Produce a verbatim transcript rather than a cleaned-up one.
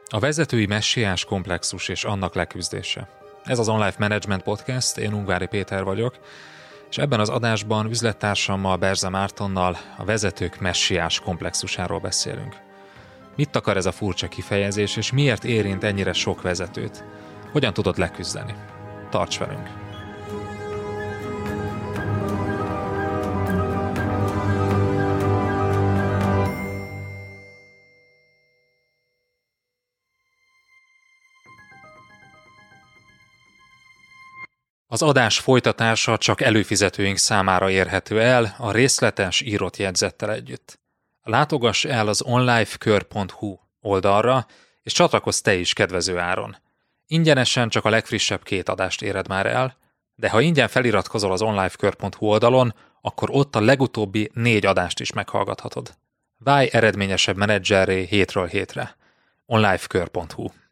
A vezetői messiás komplexus és annak leküzdése. Ez az OnLife Management Podcast, én Ungvári Péter vagyok, és ebben az adásban üzlettársammal, Berze Mártonnal a vezetők messiás komplexusáról beszélünk. Mit akar ez a furcsa kifejezés, és miért érint ennyire sok vezetőt? Hogyan tudod leküzdeni? Tarts velünk! Az adás folytatása csak előfizetőink számára érhető el a részletes írott jegyzettel együtt. Látogass el az onlifekör pont hu oldalra, és csatlakozz te is kedvező áron. Ingyenesen csak a legfrissebb két adást éred már el, de ha ingyen feliratkozol az onlifekör pont hu oldalon, akkor ott a legutóbbi négy adást is meghallgathatod. Válj eredményesebb menedzserré hétről hétre. onlifekör pont hu